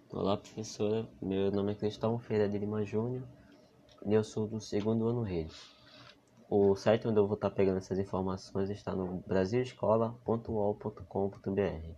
Olá, professora. Meu nome é Cristóvão Ferreira de Lima Júnior e eu sou do segundo ano Rede. O site onde eu vou estar pegando essas informações está no brasilescola.uol.com.br.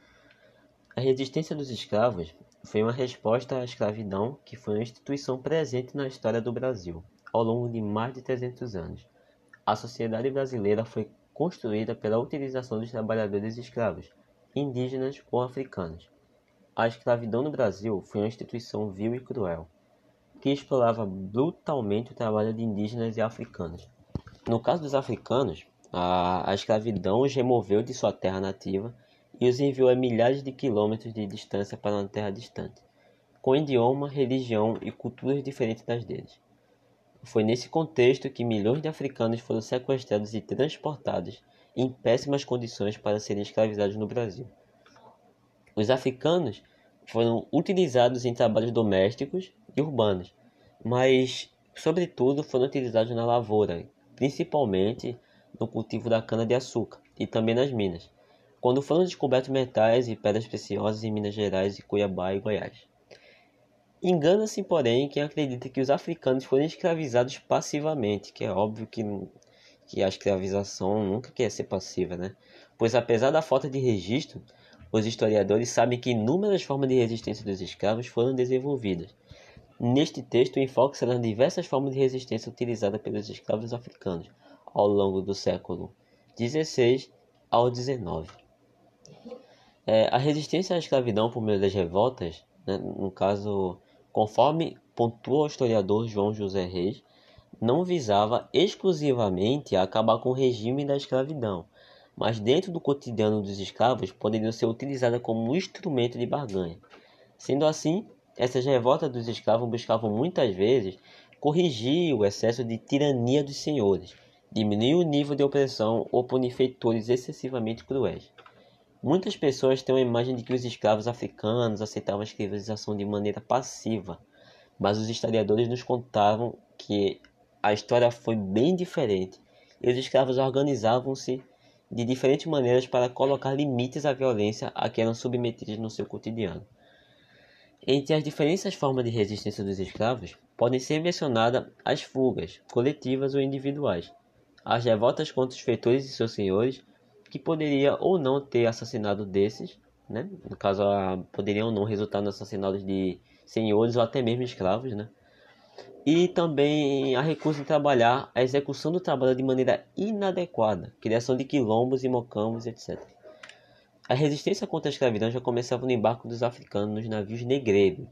A resistência dos escravos foi uma resposta à escravidão, que foi uma instituição presente na história do Brasil ao longo de mais de 300 anos. A sociedade brasileira foi construída pela utilização dos trabalhadores escravos, indígenas ou africanos. A escravidão no Brasil foi uma instituição vil e cruel, que explorava brutalmente o trabalho de indígenas e africanos. No caso dos africanos, a escravidão os removeu de sua terra nativa e os enviou a milhares de quilômetros de distância para uma terra distante, com idioma, religião e culturas diferentes das deles. Foi nesse contexto que milhões de africanos foram sequestrados e transportados em péssimas condições para serem escravizados no Brasil. Os africanos foram utilizados em trabalhos domésticos e urbanos, mas, sobretudo, foram utilizados na lavoura, principalmente no cultivo da cana-de-açúcar e também nas minas, quando foram descobertos metais e pedras preciosas em Minas Gerais e Cuiabá e Goiás. Engana-se, porém, quem acredita que os africanos foram escravizados passivamente, que é óbvio que a escravização nunca quer ser passiva, né? Pois apesar da falta de registro, os historiadores sabem que inúmeras formas de resistência dos escravos foram desenvolvidas. Neste texto, o enfoque será nas diversas formas de resistência utilizadas pelos escravos africanos ao longo do século XVI ao XIX. A resistência à escravidão por meio das revoltas, né, no caso, conforme pontua o historiador João José Reis, não visava exclusivamente a acabar com o regime da escravidão, mas dentro do cotidiano dos escravos poderiam ser utilizadas como um instrumento de barganha. Sendo assim, essas revoltas dos escravos buscavam muitas vezes corrigir o excesso de tirania dos senhores, diminuir o nível de opressão ou punir feitores excessivamente cruéis. Muitas pessoas têm uma imagem de que os escravos africanos aceitavam a escravização de maneira passiva, mas os historiadores nos contavam que a história foi bem diferente e os escravos organizavam-se de diferentes maneiras para colocar limites à violência a que eram submetidos no seu cotidiano. Entre as diferentes formas de resistência dos escravos, podem ser mencionadas as fugas, coletivas ou individuais, as revoltas contra os feitores e seus senhores, que poderia ou não ter assassinado desses, né? No caso, poderiam ou não resultar no assassinato de senhores ou até mesmo escravos, né? E também a recusa em trabalhar, a execução do trabalho de maneira inadequada, criação de quilombos e mocambos, etc. A resistência contra a escravidão já começava no embarque dos africanos nos navios negreiros.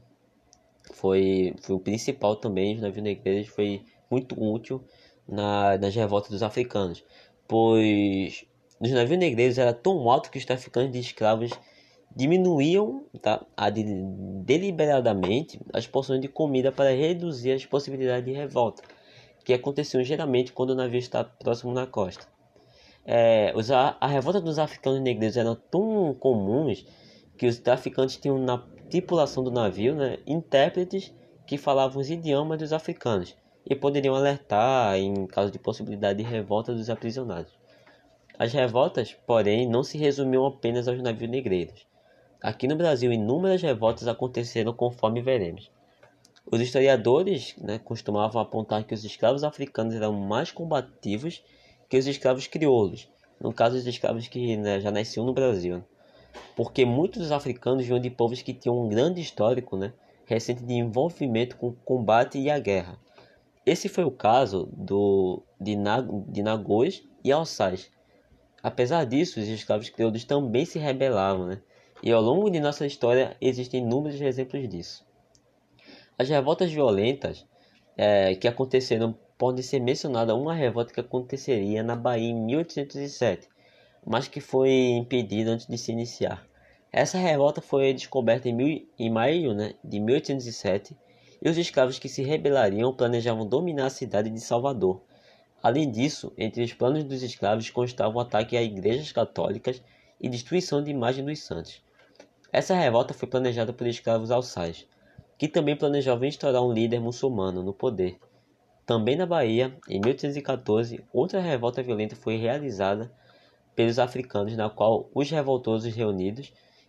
Foi o principal também, os navios negreiros foi muito útil nas revoltas dos africanos, pois nos navios negreiros era tão alto que os traficantes de escravos diminuíam, tá, deliberadamente as porções de comida para reduzir as possibilidades de revolta, que aconteciam geralmente quando o navio está próximo da costa. A revolta dos africanos negreiros eram tão comuns que os traficantes tinham na tripulação do navio, né, intérpretes que falavam os idiomas dos africanos e poderiam alertar em caso de possibilidade de revolta dos aprisionados. As revoltas, porém, não se resumiam apenas aos navios negreiros. Aqui no Brasil, inúmeras revoltas aconteceram conforme veremos. Os historiadores, né, costumavam apontar que os escravos africanos eram mais combativos que os escravos crioulos, no caso dos escravos que, né, já nasciam no Brasil, porque muitos dos africanos vinham de povos que tinham um grande histórico, né, recente de envolvimento com o combate e a guerra. Esse foi o caso de Nagôs e Alçais. Apesar disso, os escravos crioulos também se rebelavam, né? E ao longo de nossa história existem inúmeros exemplos disso. As revoltas violentas que aconteceram podem ser mencionadas uma revolta que aconteceria na Bahia em 1807, mas que foi impedida antes de se iniciar. Essa revolta foi descoberta em maio, né, de 1807 e os escravos que se rebelariam planejavam dominar a cidade de Salvador. Além disso, entre os planos dos escravos constava o ataque a igrejas católicas e destruição de imagens dos santos. Essa revolta foi planejada por escravos alçais, que também planejavam instaurar um líder muçulmano no poder. Também na Bahia, em 1814, outra revolta violenta foi realizada pelos africanos, na qual os revoltosos reunidos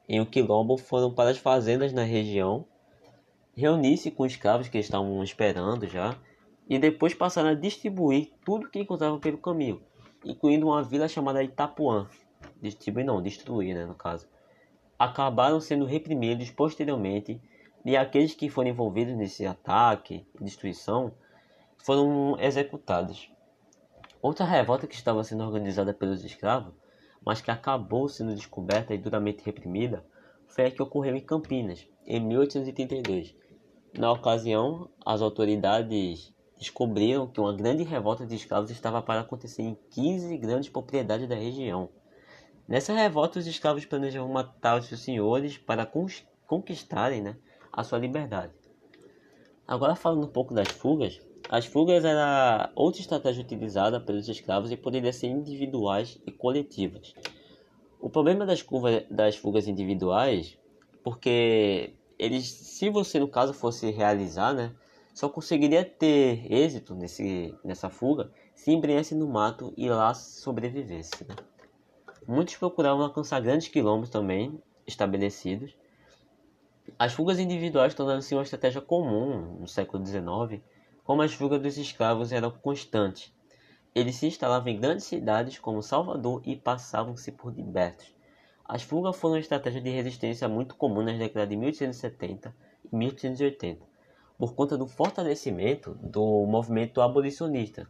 em um quilombo foram para as fazendas na região, reunir-se com escravos que estavam esperando já, e depois passaram a distribuir tudo que encontravam pelo caminho, incluindo uma vila chamada Itapuã. Distribuir não, destruir, né, no caso. Acabaram sendo reprimidos posteriormente, e aqueles que foram envolvidos nesse ataque e destruição foram executados. Outra revolta que estava sendo organizada pelos escravos, mas que acabou sendo descoberta e duramente reprimida, foi a que ocorreu em Campinas, em 1832. Na ocasião, as autoridades descobriram que uma grande revolta de escravos estava para acontecer em 15 grandes propriedades da região. Nessa revolta, os escravos planejavam matar os seus senhores para conquistarem, né, a sua liberdade. Agora falando um pouco das fugas, as fugas era outra estratégia utilizada pelos escravos e poderia ser individuais e coletivas. O problema das fugas individuais, porque se você no caso fosse realizar, né, só conseguiria ter êxito nessa fuga se embrenhasse no mato e lá sobrevivesse, né? Muitos procuravam alcançar grandes quilombos também estabelecidos. As fugas individuais tornaram-se uma estratégia comum no século XIX, como as fugas dos escravos eram constantes. Eles se instalavam em grandes cidades como Salvador e passavam-se por libertos. As fugas foram uma estratégia de resistência muito comum nas décadas de 1870 e 1880, por conta do fortalecimento do movimento abolicionista.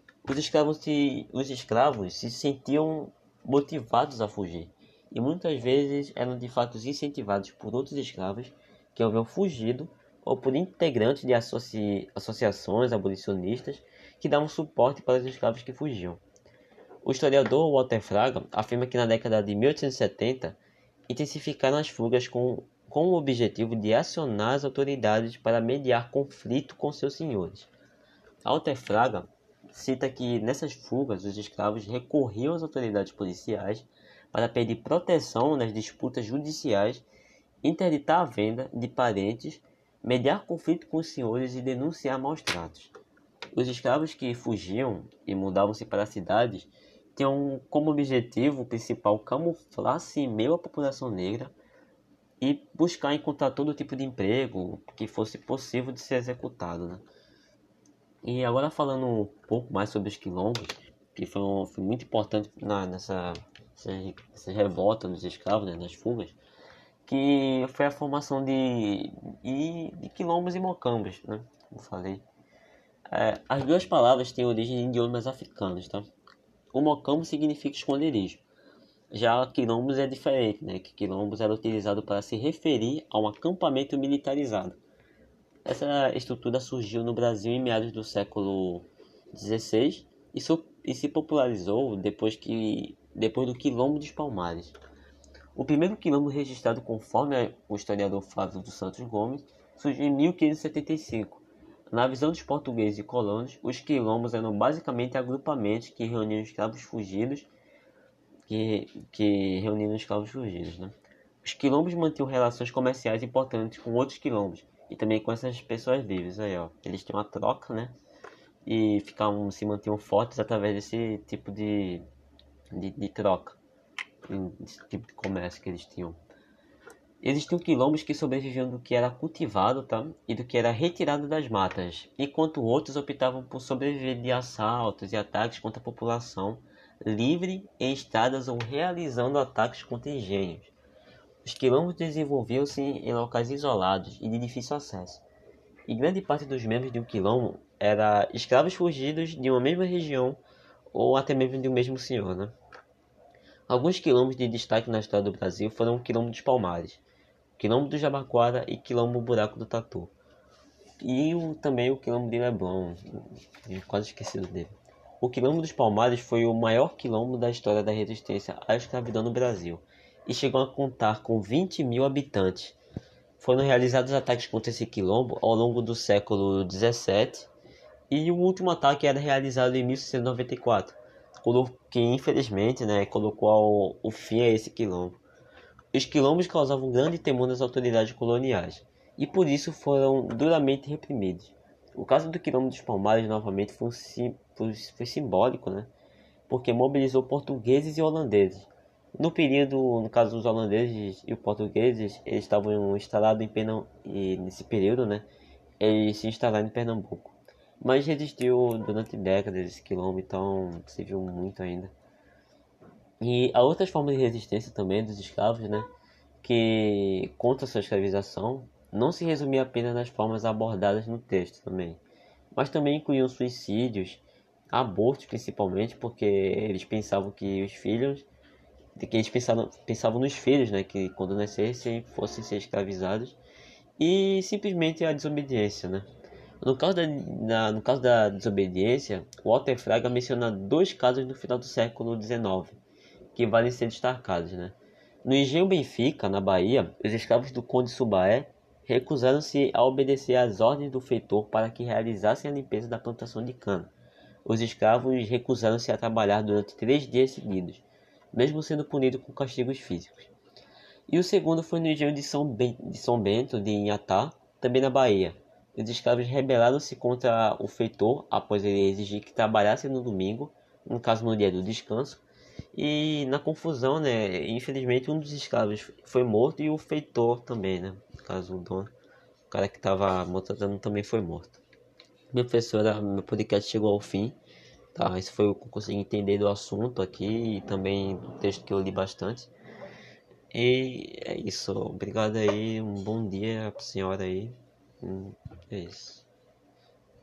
Os escravos se sentiam motivados a fugir, e muitas vezes eram de fato incentivados por outros escravos que haviam fugido ou por integrantes de associações abolicionistas que davam suporte para os escravos que fugiam. O historiador Walter Fraga afirma que na década de 1870 intensificaram as fugas com o objetivo de acionar as autoridades para mediar conflito com seus senhores. Walter Fraga cita que nessas fugas os escravos recorriam às autoridades policiais para pedir proteção nas disputas judiciais, interditar a venda de parentes, mediar conflito com os senhores e denunciar maus-tratos. Os escravos que fugiam e mudavam-se para cidades tinham como objetivo principal camuflar-se em meio à população negra e buscar encontrar todo tipo de emprego que fosse possível de ser executado, né? E agora falando um pouco mais sobre os quilombos, que foi muito importante nessa revolta dos escravos, né, das fugas, que foi a formação de quilombos e mocambos, né, como falei. As duas palavras têm origem em idiomas africanos, tá? O mocambo significa esconderijo. Já quilombos é diferente, né? Que quilombos era utilizado para se referir a um acampamento militarizado. Essa estrutura surgiu no Brasil em meados do século XVI e se popularizou depois do Quilombo dos Palmares. O primeiro quilombo registrado, conforme o historiador Flávio dos Santos Gomes, surgiu em 1575. Na visão dos portugueses e colonos, os quilombos eram basicamente agrupamentos que reuniam escravos fugidos, né? Os quilombos mantinham relações comerciais importantes com outros quilombos e também com essas pessoas livres aí, ó. Eles tinham uma troca, né? E se mantinham fortes através desse tipo de troca, desse tipo de comércio que eles tinham. Existiam quilombos que sobreviviam do que era cultivado, tá? E do que era retirado das matas, enquanto outros optavam por sobreviver de assaltos e ataques contra a população livre em estradas ou realizando ataques contra engenhos. Os quilombos desenvolviam-se em locais isolados e de difícil acesso, e grande parte dos membros de um quilombo era escravos fugidos de uma mesma região ou até mesmo de um mesmo senhor, né? Alguns quilombos de destaque na história do Brasil foram o Quilombo dos Palmares, Quilombo do Jabaquara e Quilombo Buraco do Tatu. E também o Quilombo de Leblon, quase esquecido dele. O Quilombo dos Palmares foi o maior quilombo da história da resistência à escravidão no Brasil e chegou a contar com 20 mil habitantes. Foram realizados ataques contra esse quilombo ao longo do século XVII e o último ataque era realizado em 1694, que infelizmente, né, colocou o fim a esse quilombo. Os quilombos causavam grande temor nas autoridades coloniais e por isso foram duramente reprimidos. O caso do Quilombo dos Palmares novamente foi simbólico, né? Porque mobilizou portugueses e holandeses. No período, no caso dos holandeses e os portugueses, eles estavam instalados em Pernambuco, e nesse período, né, eles se instalaram em Pernambuco. Mas resistiu durante décadas esse quilombo, então se viu muito ainda. E há outras formas de resistência também dos escravos, né, que contra a sua escravização não se resumia apenas nas formas abordadas no texto também, mas também incluíam suicídios, abortos principalmente, porque eles pensavam que os filhos de que eles pensavam nos filhos, né, que quando nascessem fossem ser escravizados, e simplesmente a desobediência, né. No caso da desobediência, Walter Fraga menciona dois casos no final do século XIX, que valem ser destacados, né. No Engenho Benfica, na Bahia, os escravos do Conde Subaé recusaram-se a obedecer às ordens do feitor para que realizassem a limpeza da plantação de cana. Os escravos recusaram-se a trabalhar durante 3 dias seguidos, mesmo sendo punidos com castigos físicos. E o segundo foi no engenho de São Bento, de Inhatá, também na Bahia. Os escravos rebelaram-se contra o feitor após ele exigir que trabalhassem no domingo, no caso no dia do descanso. E na confusão, né, infelizmente um dos escravos foi morto e o feitor também, né, no caso o dono, o cara que estava maltratando também foi morto. Minha professora, meu podcast chegou ao fim. Tá, isso foi o que eu consegui entender do assunto aqui e também do texto que eu li bastante. E é isso. Obrigado aí. Um bom dia pra senhora aí. É isso.